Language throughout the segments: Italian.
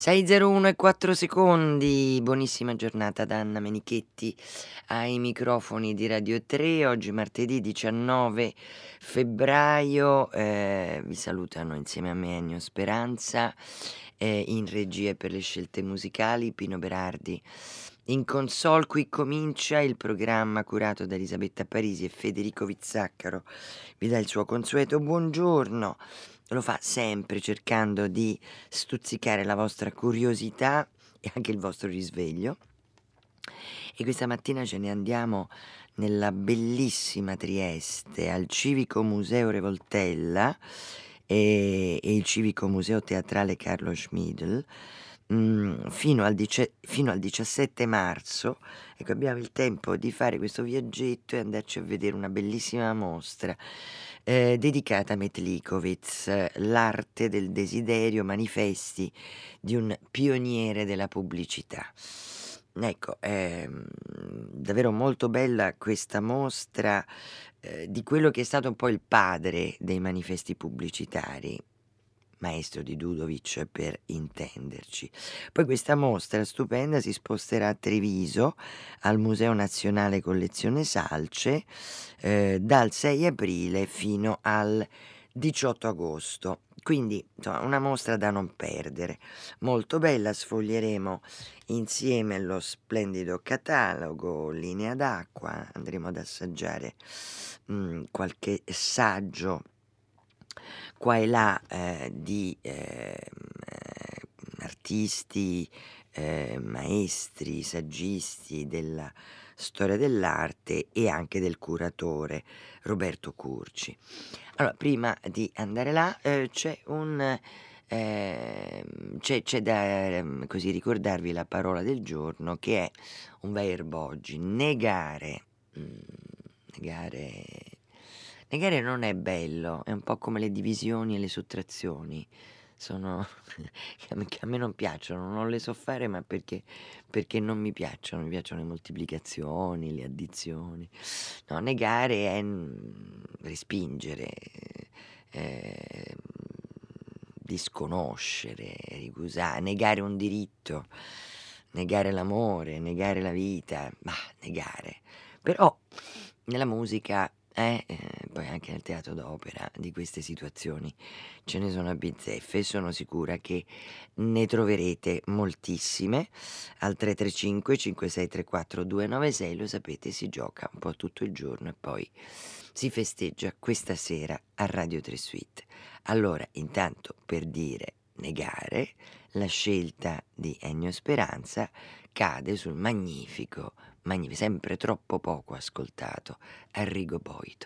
6:01 e 4 secondi. Buonissima giornata da Anna Menichetti ai microfoni di Radio 3. Oggi martedì 19 febbraio, vi salutano insieme a me Ennio Speranza, in regia per le scelte musicali Pino Berardi. In console qui comincia il programma curato da Elisabetta Parisi e Federico Vizzaccaro. Vi dà il suo consueto buongiorno. Lo fa sempre cercando di stuzzicare la vostra curiosità e anche il vostro risveglio. E questa mattina ce ne andiamo nella bellissima Trieste, al Civico Museo Revoltella e il Civico Museo Teatrale Carlo Schmidl, fino al 17 marzo. Ecco, abbiamo il tempo di fare questo viaggetto e andarci a vedere una bellissima mostra dedicata a Metlikovitz, l'arte del desiderio, manifesti di un pioniere della pubblicità. Ecco, davvero molto bella questa mostra di quello che è stato un po' il padre dei manifesti pubblicitari, maestro di Ludovic per intenderci. Poi questa mostra stupenda si sposterà a Treviso, al Museo Nazionale Collezione Salce, dal 6 aprile fino al 18 agosto. Quindi, insomma, una mostra da non perdere. Molto bella, sfoglieremo insieme lo splendido catalogo Linea d'acqua, andremo ad assaggiare qualche saggio qua e là di artisti, maestri, saggisti della storia dell'arte e anche del curatore Roberto Curci. Allora, prima di andare là, c'è da così ricordarvi la parola del giorno, che è un verbo oggi: negare. Negare negare non è bello, è un po' come le divisioni e le sottrazioni. Sono che a me non piacciono, non le so fare, ma perché non mi piacciono le moltiplicazioni, le addizioni. No, negare è, respingere, ehm, disconoscere, negare un diritto, negare l'amore, negare la vita, negare. Però nella musica, poi anche nel teatro d'opera, di queste situazioni ce ne sono a bizzeffe e sono sicura che ne troverete moltissime. Al 335 5634 296, lo sapete, si gioca un po' tutto il giorno e poi si festeggia questa sera a Radio 3 Suite. Allora, intanto, per dire negare, la scelta di Ennio Speranza cade sul magnifico, sempre troppo poco ascoltato, Arrigo Boito.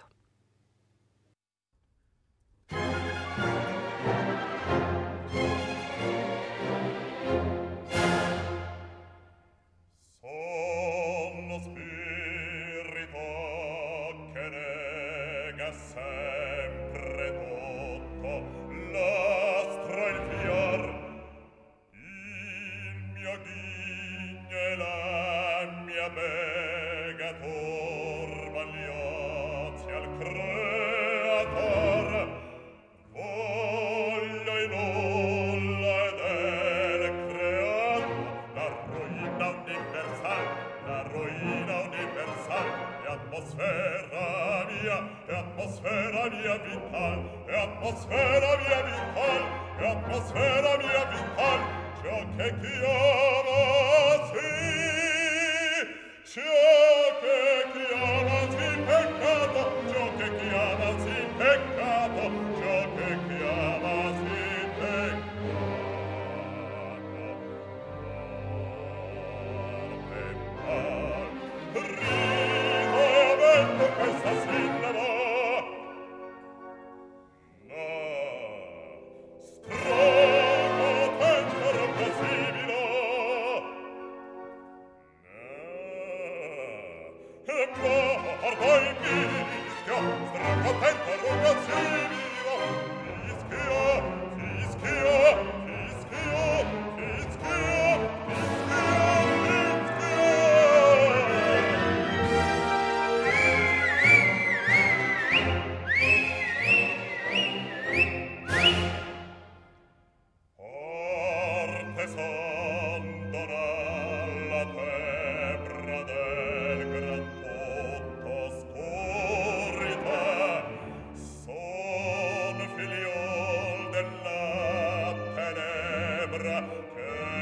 Sommo spirito che nega sempre tutto, lastra il fior, il mio ghigno e la mia bega turban gli ozi al creator. Voglio in nulla del creato la ruina universal, e atmosfera mia vital, e atmosfera mia vital, e atmosfera mia vital, ciò che chiamasi peccato, ciò che chiamasi peccato, ciò che chiamasi peccato. Rido questa sillaba, no, strogo tentero possibile,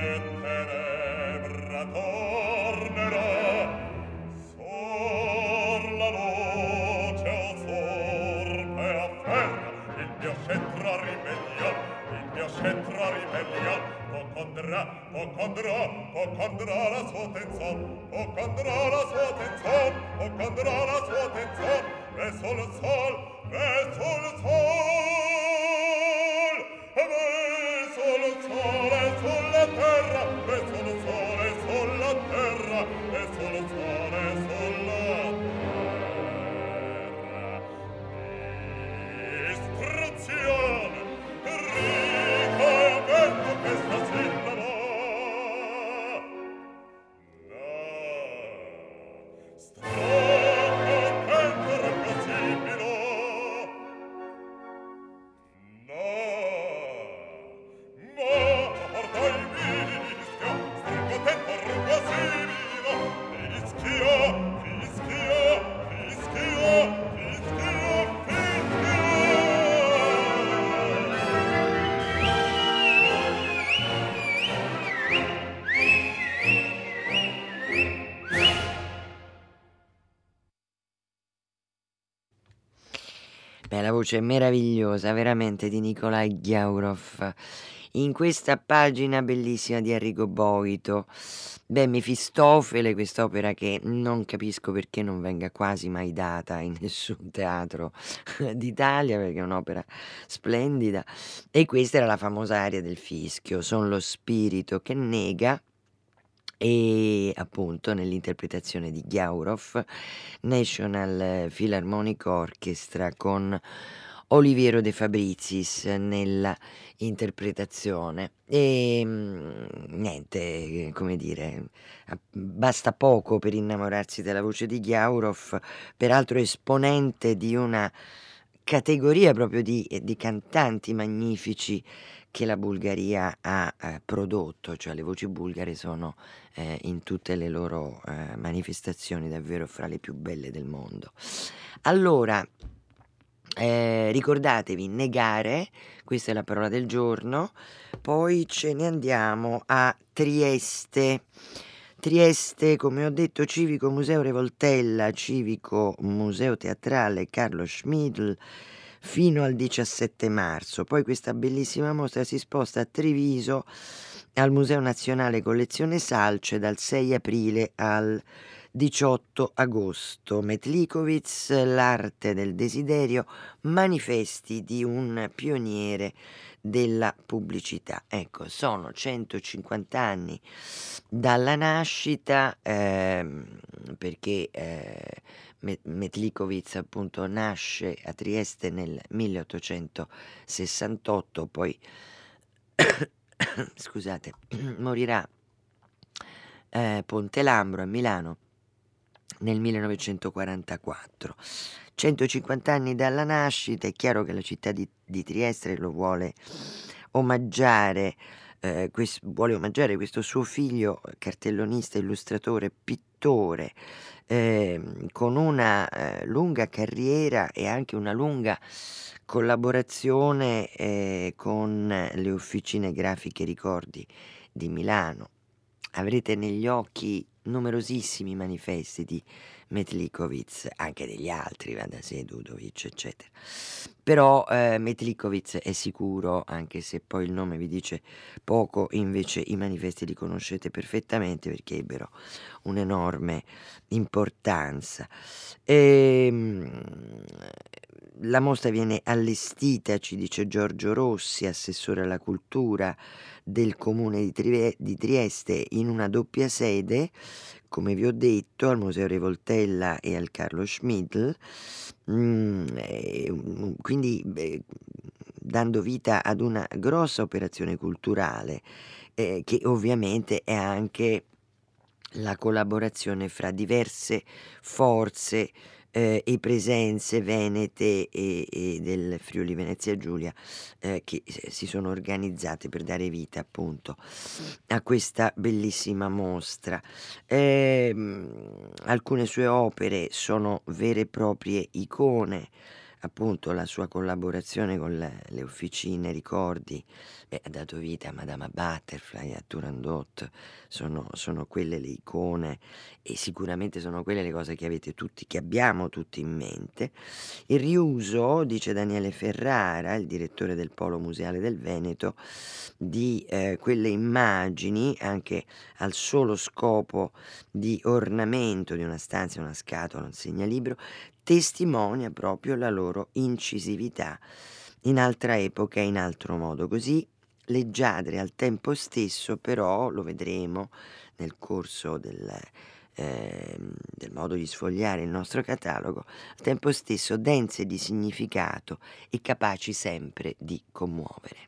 tenebra tornerà. Sor la luce o sorbe afferra, il mio scettro rimedia, il mio scettro rimedia. Poc'andrà la sua tenzon, poc'andrà la sua tenzon, poc'andrà la sua tenzon, verso il sol, verso il sol, verso il sole sulla terra, verso il sole sulla terra, verso il sole sulla terra. Istruzione, rica e vento questa sillaba. No, sto contento impossibile. No, ma porta il mischio, sto contento impossibile. Fischio, fischio, fischio, fischio, fischio. Beh, la voce meravigliosa veramente di Nikolai Ghiaurov in questa pagina bellissima di Arrigo Boito. Beh, Mefistofele, quest'opera che non capisco perché non venga quasi mai data in nessun teatro d'Italia, perché è un'opera splendida. E questa era la famosa aria del fischio, son lo spirito che nega. E appunto nell'interpretazione di Ghiaurov, National Philharmonic Orchestra con Oliviero De Fabricis nella interpretazione. Niente, come dire, basta poco per innamorarsi della voce di Ghiaurov, peraltro esponente di una categoria proprio di cantanti magnifici che la Bulgaria ha prodotto, cioè le voci bulgare sono in tutte le loro manifestazioni davvero fra le più belle del mondo. Allora, ricordatevi, negare, questa è la parola del giorno, poi ce ne andiamo a Trieste. Trieste, come ho detto, Civico Museo Revoltella, Civico Museo Teatrale Carlo Schmidl, fino al 17 marzo. Poi questa bellissima mostra si sposta a Treviso al Museo Nazionale Collezione Salce dal 6 aprile al 18 agosto. Metlikovic, l'arte del desiderio, manifesti di un pioniere della pubblicità. Ecco, sono 150 anni dalla nascita, perché Metlikovic appunto nasce a Trieste nel 1868, poi scusate, morirà Pontelambro a Milano nel 1944. 150 anni dalla nascita, è chiaro che la città di Trieste lo vuole omaggiare, vuole omaggiare questo suo figlio, cartellonista, illustratore, pittore, con una lunga carriera e anche una lunga collaborazione con le officine grafiche Ricordi di Milano. Avrete negli occhi numerosissimi manifesti di Metlikovic, anche degli altri, va da sé, Dudovic, eccetera. Però Metlikovic è sicuro, anche se poi il nome vi dice poco, invece i manifesti li conoscete perfettamente perché ebbero un'enorme importanza. La mostra viene allestita, ci dice Giorgio Rossi, assessore alla cultura del comune di Trieste, in una doppia sede, come vi ho detto, al Museo Revoltella e al Carlo Schmidl, quindi dando vita ad una grossa operazione culturale che ovviamente è anche la collaborazione fra diverse forze e presenze venete e del Friuli Venezia Giulia che si sono organizzate per dare vita appunto a questa bellissima mostra. Alcune sue opere sono vere e proprie icone appunto la sua collaborazione con le officine ricordi, ha dato vita a Madama Butterfly, a Turandot, sono quelle le icone e sicuramente sono quelle le cose che abbiamo tutti in mente. Il riuso, dice Daniele Ferrara, il direttore del Polo Museale del Veneto, di, quelle immagini anche al solo scopo di ornamento di una stanza, una scatola, un segnalibro, testimonia proprio la loro incisività in altra epoca e in altro modo. Così leggiadre al tempo stesso però, lo vedremo nel corso del modo di sfogliare il nostro catalogo, al tempo stesso dense di significato e capaci sempre di commuovere.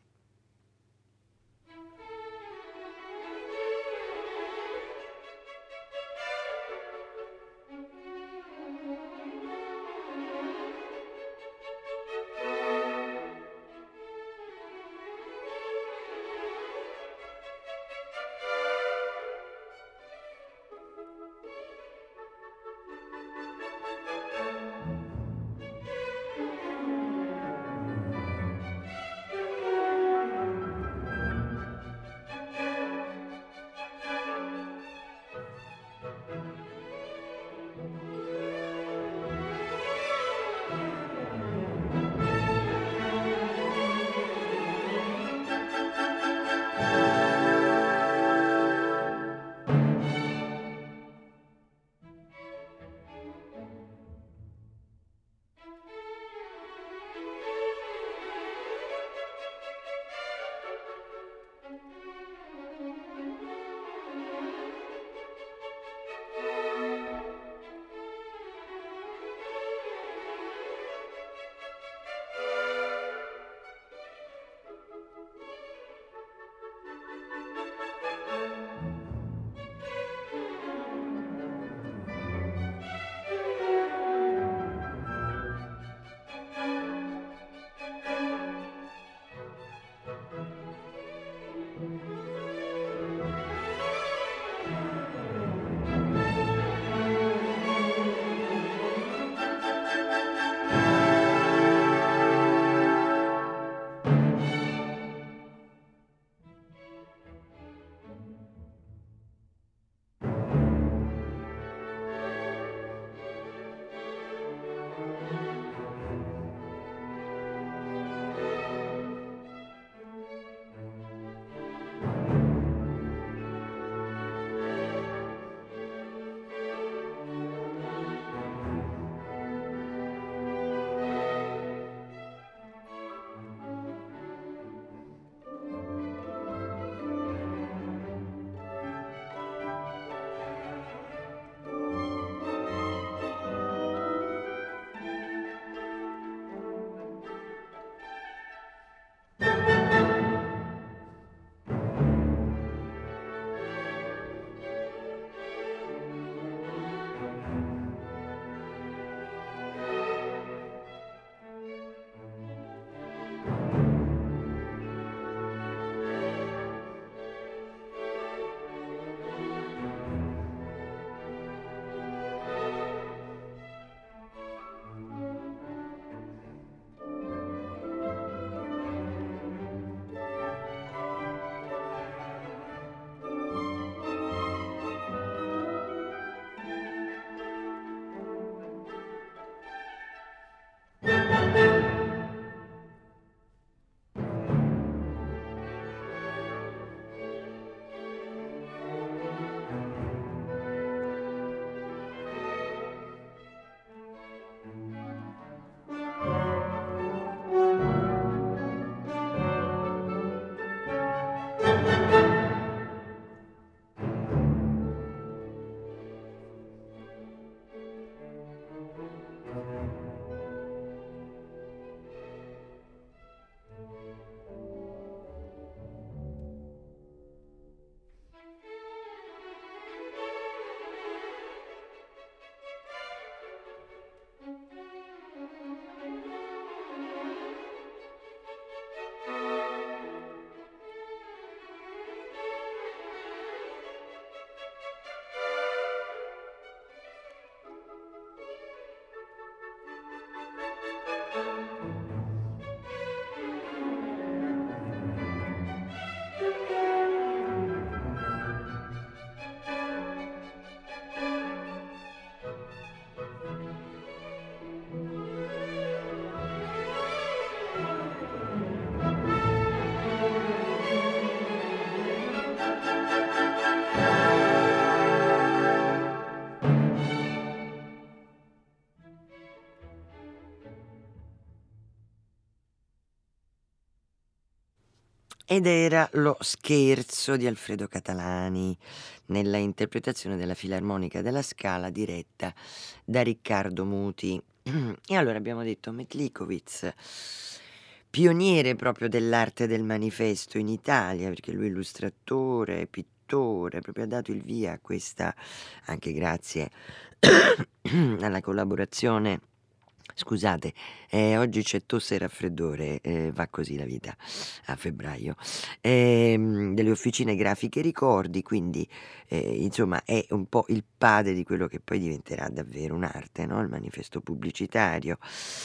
ed era Lo scherzo di Alfredo Catalani, nella interpretazione della Filarmonica della Scala diretta da Riccardo Muti. E allora abbiamo detto Metlikovic, pioniere proprio dell'arte del manifesto in Italia, perché lui è illustratore, pittore, proprio ha dato il via a questa, anche grazie alla collaborazione. Scusate, oggi c'è tosse e raffreddore, va così la vita a febbraio. Delle officine grafiche Ricordi, quindi, insomma è un po' il padre di quello che poi diventerà davvero un'arte, no, il manifesto pubblicitario.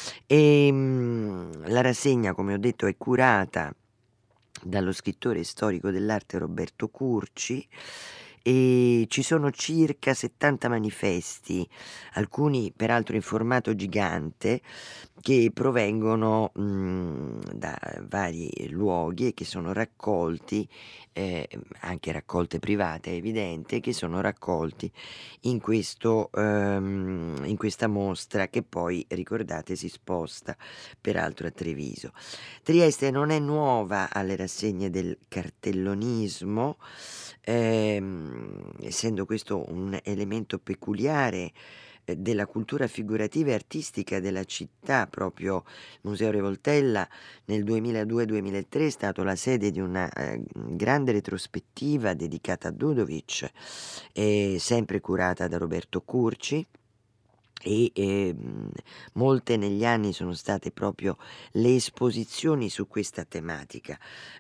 La rassegna, come ho detto, è curata dallo scrittore storico dell'arte Roberto Curci e ci sono circa 70 manifesti, alcuni peraltro in formato gigante, che provengono, da vari luoghi e che sono raccolti, anche raccolte private è evidente, che sono raccolti in questa mostra che poi, ricordate, si sposta peraltro a Treviso. Trieste non è nuova alle rassegne del cartellonismo, essendo questo un elemento peculiare, della cultura figurativa e artistica della città. Proprio il Museo Revoltella nel 2002-2003 è stato la sede di una, grande retrospettiva dedicata a Dudovic, sempre curata da Roberto Curci. E, molte negli anni sono state proprio le esposizioni su questa tematica.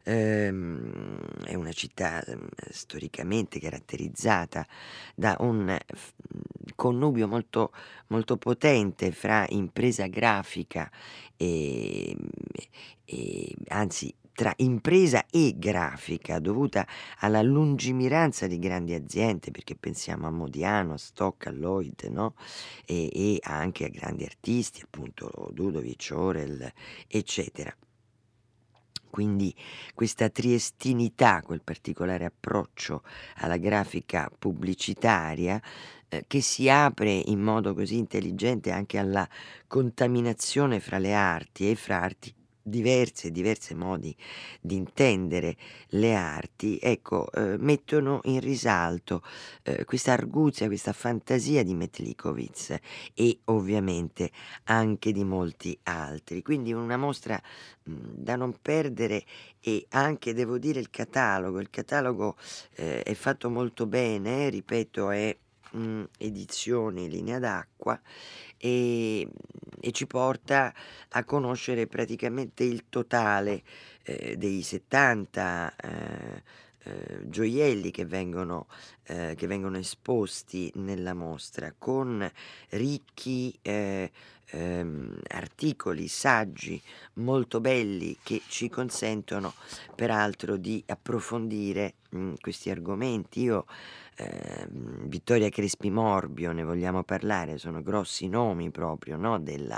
È una città, storicamente caratterizzata da un connubio molto molto potente fra impresa grafica, ehm, anzi tra impresa e grafica, dovuta alla lungimiranza di grandi aziende, perché pensiamo a Modiano, a Stock, a Lloyd, no, e anche a grandi artisti, appunto Ludovic, Orel, eccetera. Quindi questa triestinità, quel particolare approccio alla grafica pubblicitaria, che si apre in modo così intelligente anche alla contaminazione fra le arti e fra arti diverse e diverse modi di intendere le arti, ecco, mettono in risalto, questa arguzia, questa fantasia di Metlikovic e ovviamente anche di molti altri. Quindi una mostra da non perdere, e anche devo dire il catalogo, è fatto molto bene, ripeto è, edizioni Linea d'Acqua, ehm, e ci porta a conoscere praticamente il totale, dei 70, gioielli che vengono esposti nella mostra, con ricchi, articoli, saggi molto belli che ci consentono peraltro di approfondire, questi argomenti. Io Vittoria Crespi Morbio, ne vogliamo parlare, sono grossi nomi proprio, no,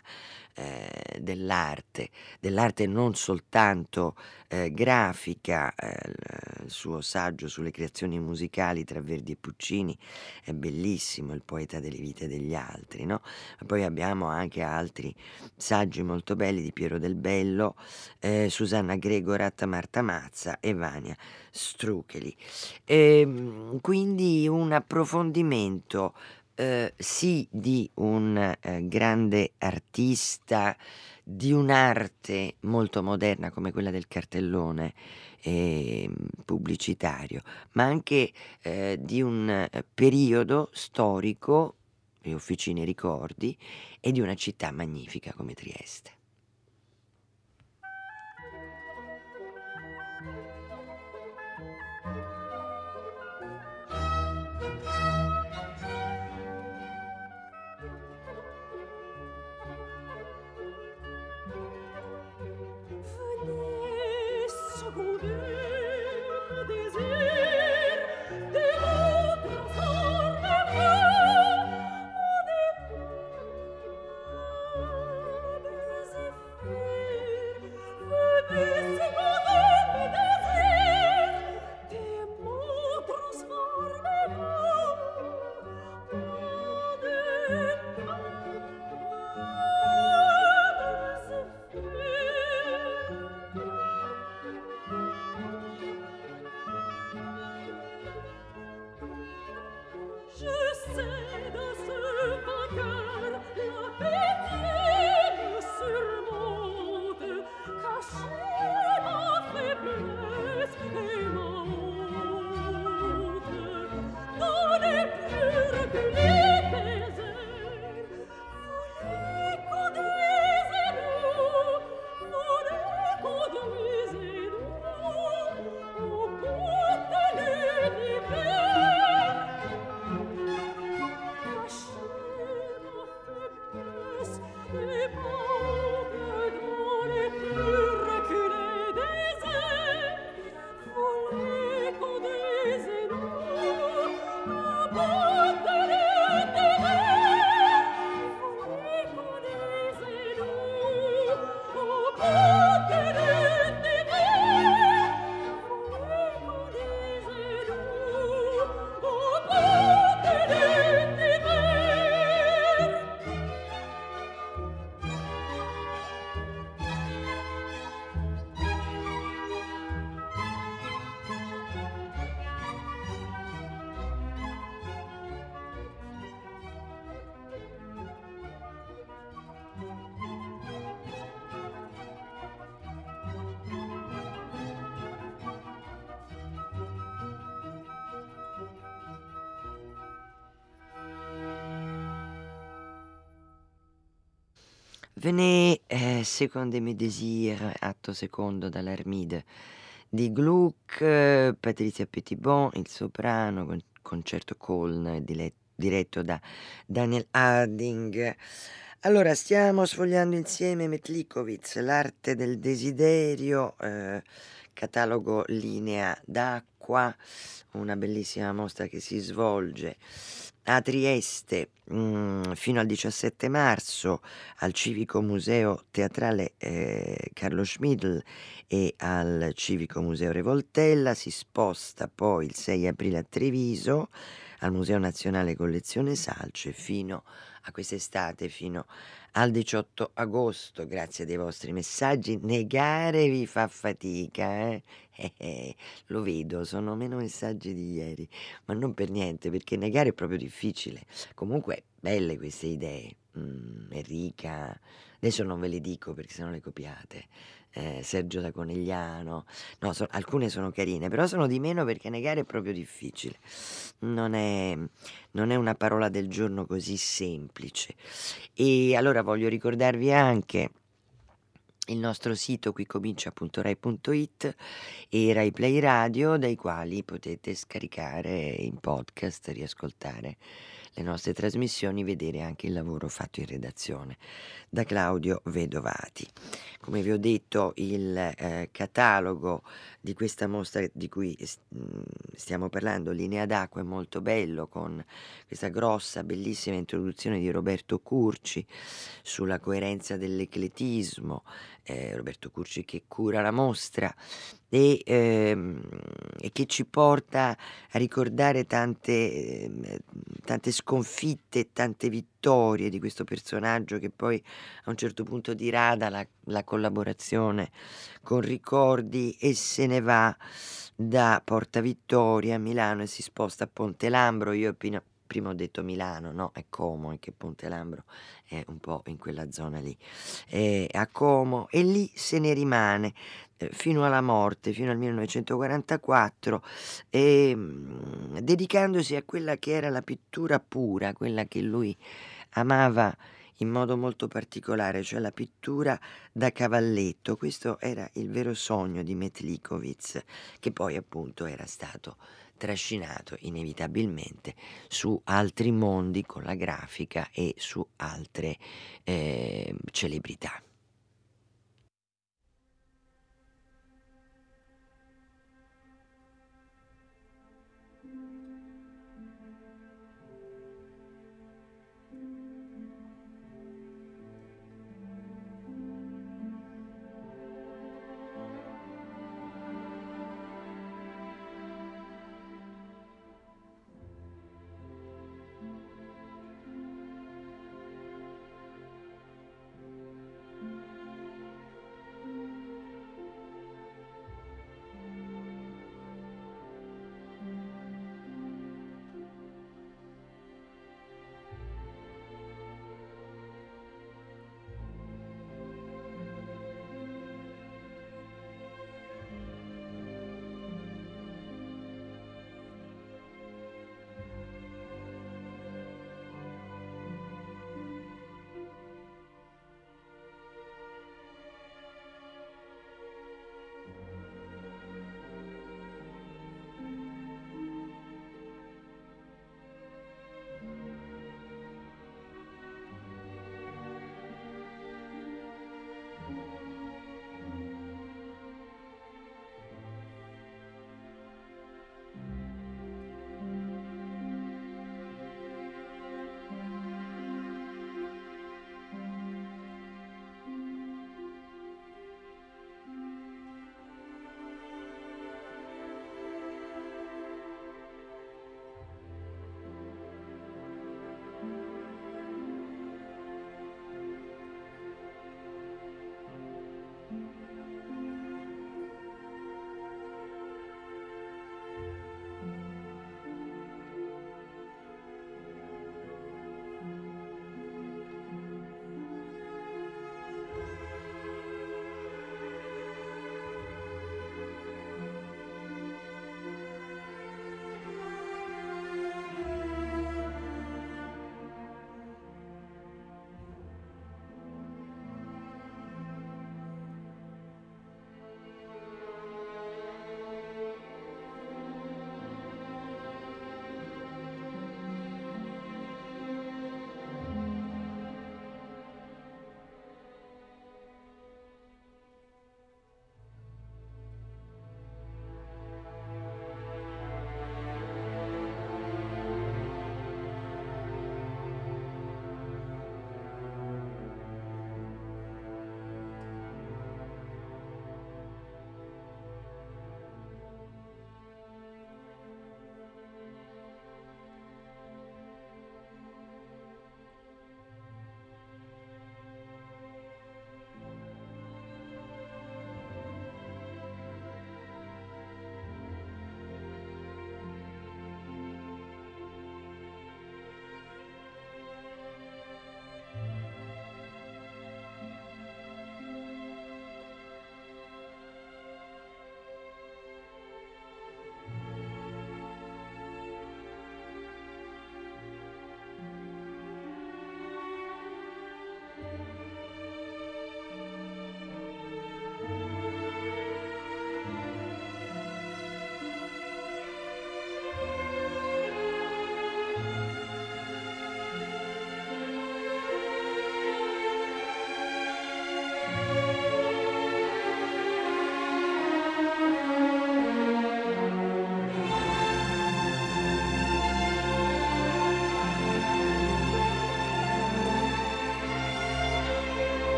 dell'arte non soltanto, grafica, il suo saggio sulle creazioni musicali tra Verdi e Puccini è bellissimo, Il poeta delle vite degli altri, no, ma poi abbiamo anche altri saggi molto belli di Piero Del Bello, Susanna Gregorat, Marta Mazza e Vania Strucheli. Quindi un approfondimento, sì, di un, grande artista, di un'arte molto moderna come quella del cartellone, pubblicitario, ma anche, di un, periodo storico, le officine ricordi, e di una città magnifica come Trieste. Venez secourir le désir de notre orgueil, au départ, c'est de ce vainqueur la pitié me surmonte, cacher ma faiblesse et ma honte. N'en est plus reculé tes ailes, vous les conduisez-nous au bout de l'univers. Cachez ma faiblesse et ma honte dans les plus reculés déserts. Vous les conduisez-nous au bout de l'univers. Vous les conduisez-nous au bout de l'univers. Vous les conduisez-nous au bout de l'univers. Venez, seconde mes désirs, atto secondo dall'Armide di Gluck, Patrizia Petitbon, il soprano, concerto Köln, diretto da Daniel Harding. Allora, stiamo sfogliando insieme Metlikovitz, l'arte del desiderio, catalogo Linea d'acqua, una bellissima mostra che si svolge a Trieste fino al 17 marzo al Civico Museo Teatrale Carlo Schmidl e al Civico Museo Revoltella. Si sposta poi il 6 aprile a Treviso al Museo Nazionale Collezione Salce fino a quest'estate, fino al 18 agosto. Grazie dei vostri messaggi. Negare vi fa fatica, eh? Lo vedo, sono meno messaggi di ieri, ma non per niente, perché negare è proprio difficile. Comunque, belle queste idee. Enrica, adesso non ve le dico perché sennò le copiate. Sergio da Conegliano, no, alcune sono carine, però sono di meno perché negare è proprio difficile. Non è una parola del giorno così semplice. E allora voglio ricordarvi anche il nostro sito quicomincia.rai.it e Rai Play Radio, dai quali potete scaricare in podcast, riascoltare le nostre trasmissioni, vedere anche il lavoro fatto in redazione da Claudio Vedovati. Come vi ho detto, il catalogo di questa mostra di cui stiamo parlando, Linea d'acqua, è molto bello, con questa grossa, bellissima introduzione di Roberto Curci sulla coerenza dell'ecletismo, Roberto Curci che cura la mostra e che ci porta a ricordare tante sconfitte e tante vittorie di questo personaggio che poi a un certo punto dirada la collaborazione con Ricordi e se ne va da Porta Vittoria a Milano e si sposta a Ponte Lambro. Io prima ho detto Milano, no, è Como, anche Ponte Lambro è un po' in quella zona lì, a Como, e lì se ne rimane fino alla morte, fino al 1944, dedicandosi a quella che era la pittura pura, quella che lui amava in modo molto particolare, cioè la pittura da cavalletto. Questo era il vero sogno di Metlikovitz, che poi appunto era stato trascinato inevitabilmente su altri mondi con la grafica e su altre celebrità.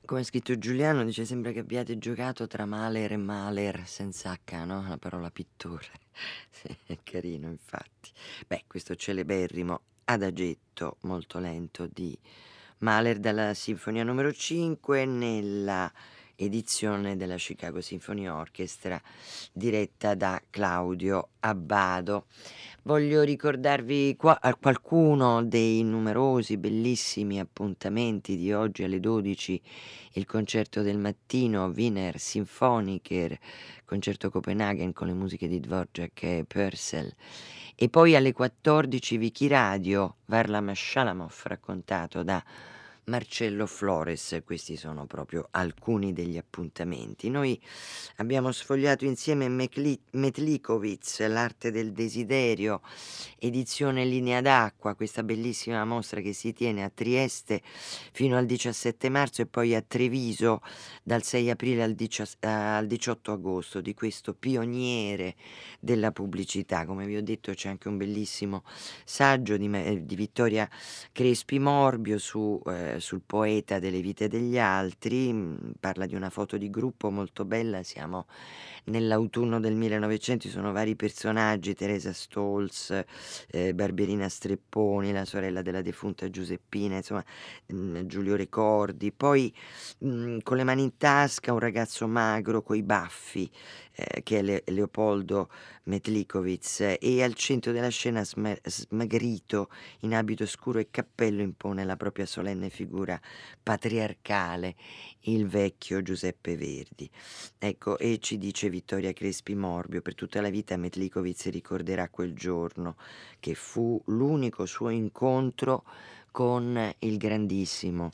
Come ha scritto Giuliano, dice: "Sembra che abbiate giocato tra Mahler e Mahler senza H, no, la parola pittore." Sì, è carino infatti. Beh, questo celeberrimo adagetto molto lento di Mahler dalla Sinfonia numero 5 nella edizione della Chicago Symphony Orchestra diretta da Claudio Abbado. Voglio ricordarvi qualcuno dei numerosi bellissimi appuntamenti di oggi alle 12, il concerto del mattino, Wiener Symphoniker, concerto Copenaghen con le musiche di Dvorak e Purcell, e poi alle 14 Wikiradio, Varlam Shalamov raccontato da Marcello Flores. Questi sono proprio alcuni degli appuntamenti. Noi abbiamo sfogliato insieme Metlikovic, L'arte del desiderio, edizione Linea d'acqua, questa bellissima mostra che si tiene a Trieste fino al 17 marzo e poi a Treviso dal 6 aprile al 18 agosto, di questo pioniere della pubblicità. Come vi ho detto, c'è anche un bellissimo saggio di Vittoria Crespi Morbio sul poeta delle vite degli altri. Parla di una foto di gruppo molto bella, siamo nell'autunno del 1900, ci sono vari personaggi: Teresa Stolz, Barberina Strepponi, la sorella della defunta Giuseppina, insomma, Giulio Recordi. Poi, con le mani in tasca, un ragazzo magro coi baffi, che è Leopoldo Metlikovic, e al centro della scena smagrito, in abito scuro e cappello, impone la propria solenne figura patriarcale, il vecchio Giuseppe Verdi. Ecco, e ci dice Vittoria Crespi Morbio: per tutta la vita Metlikovic ricorderà quel giorno, che fu l'unico suo incontro con il grandissimo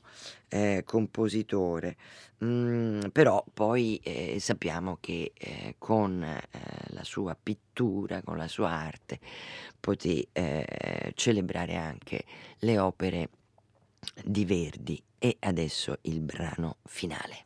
compositore. Però poi sappiamo che con la sua pittura, con la sua arte, poté celebrare anche le opere di Verdi. E adesso il brano finale.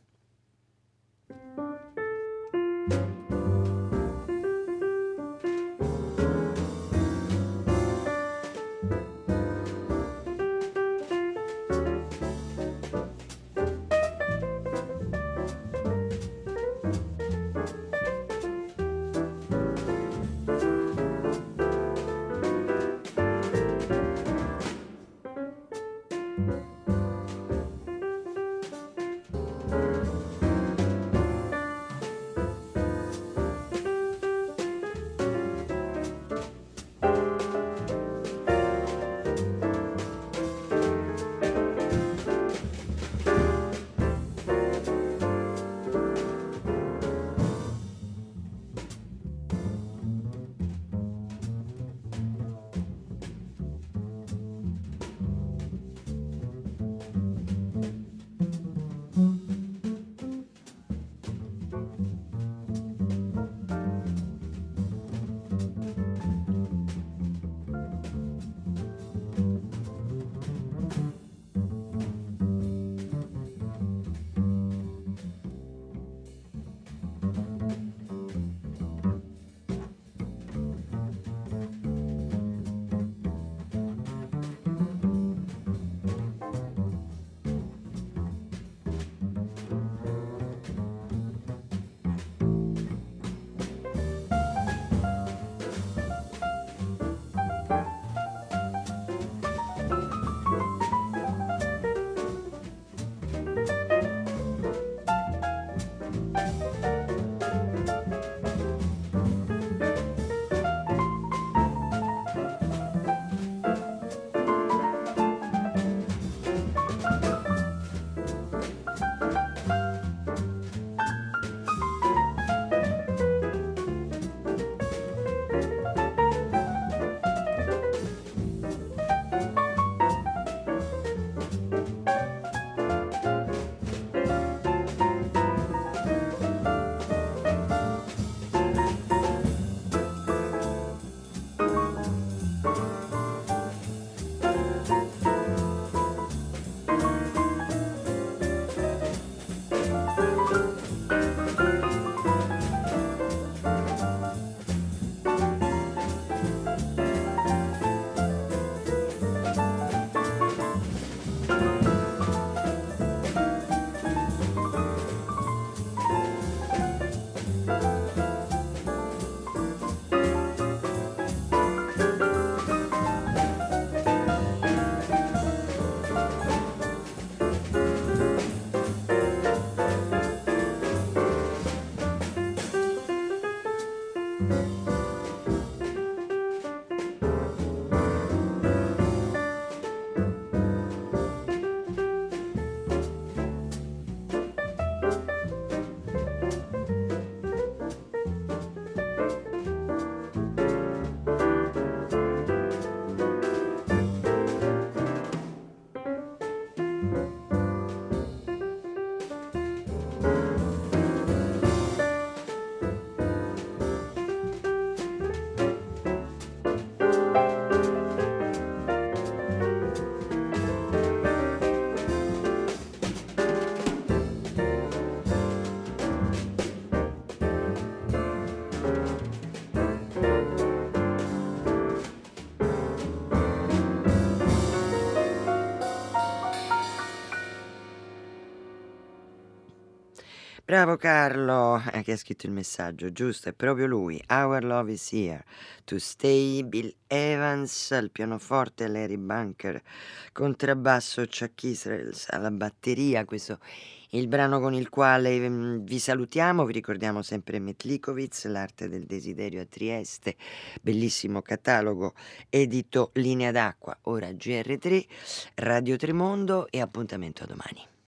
Bravo Carlo, che ha scritto il messaggio, giusto, è proprio lui. Our Love is Here to Stay, Bill Evans al pianoforte, Larry Bunker, contrabbasso, Chuck Israels alla batteria. Questo è il brano con il quale vi salutiamo, vi ricordiamo sempre Metlikovitz, L'arte del desiderio a Trieste, bellissimo catalogo, edito Linea d'acqua, ora GR3, Radio Tremondo e appuntamento a domani.